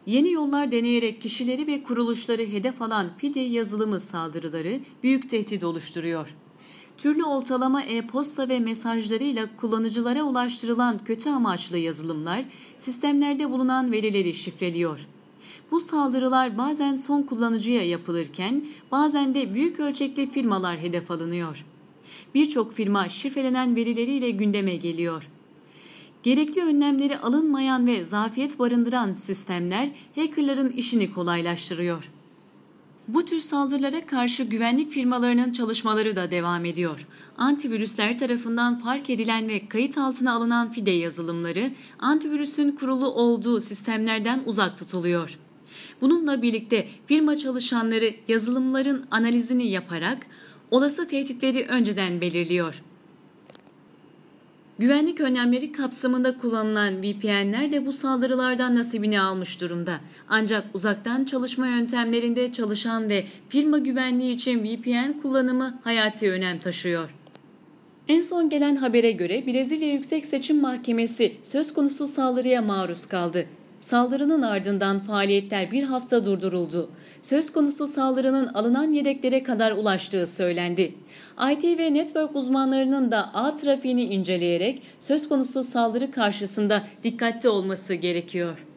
Yeni yollar deneyerek kişileri ve kuruluşları hedef alan fide yazılımı saldırıları büyük tehdit oluşturuyor. Türlü oltalama e-posta ve mesajlarıyla kullanıcılara ulaştırılan kötü amaçlı yazılımlar sistemlerde bulunan verileri şifreliyor. Bu saldırılar bazen son kullanıcıya yapılırken bazen de büyük ölçekli firmalar hedef alınıyor. Birçok firma şifrelenen verileriyle gündeme geliyor. Gerekli önlemleri alınmayan ve zafiyet barındıran sistemler hackerların işini kolaylaştırıyor. Bu tür saldırılara karşı güvenlik firmalarının çalışmaları da devam ediyor. Antivirüsler tarafından fark edilen ve kayıt altına alınan fide yazılımları antivirüsün kurulu olduğu sistemlerden uzak tutuluyor. Bununla birlikte firma çalışanları yazılımların analizini yaparak olası tehditleri önceden belirliyor. Güvenlik önlemleri kapsamında kullanılan VPN'ler de bu saldırılardan nasibini almış durumda. Ancak uzaktan çalışma yöntemlerinde çalışan ve firma güvenliği için VPN kullanımı hayati önem taşıyor. En son gelen habere göre Brezilya Yüksek Seçim Mahkemesi söz konusu saldırıya maruz kaldı. Saldırının ardından faaliyetler bir hafta durduruldu. Söz konusu saldırının alınan yedeklere kadar ulaştığı söylendi. IT ve network uzmanlarının da ağ trafiğini inceleyerek söz konusu saldırı karşısında dikkatli olması gerekiyor.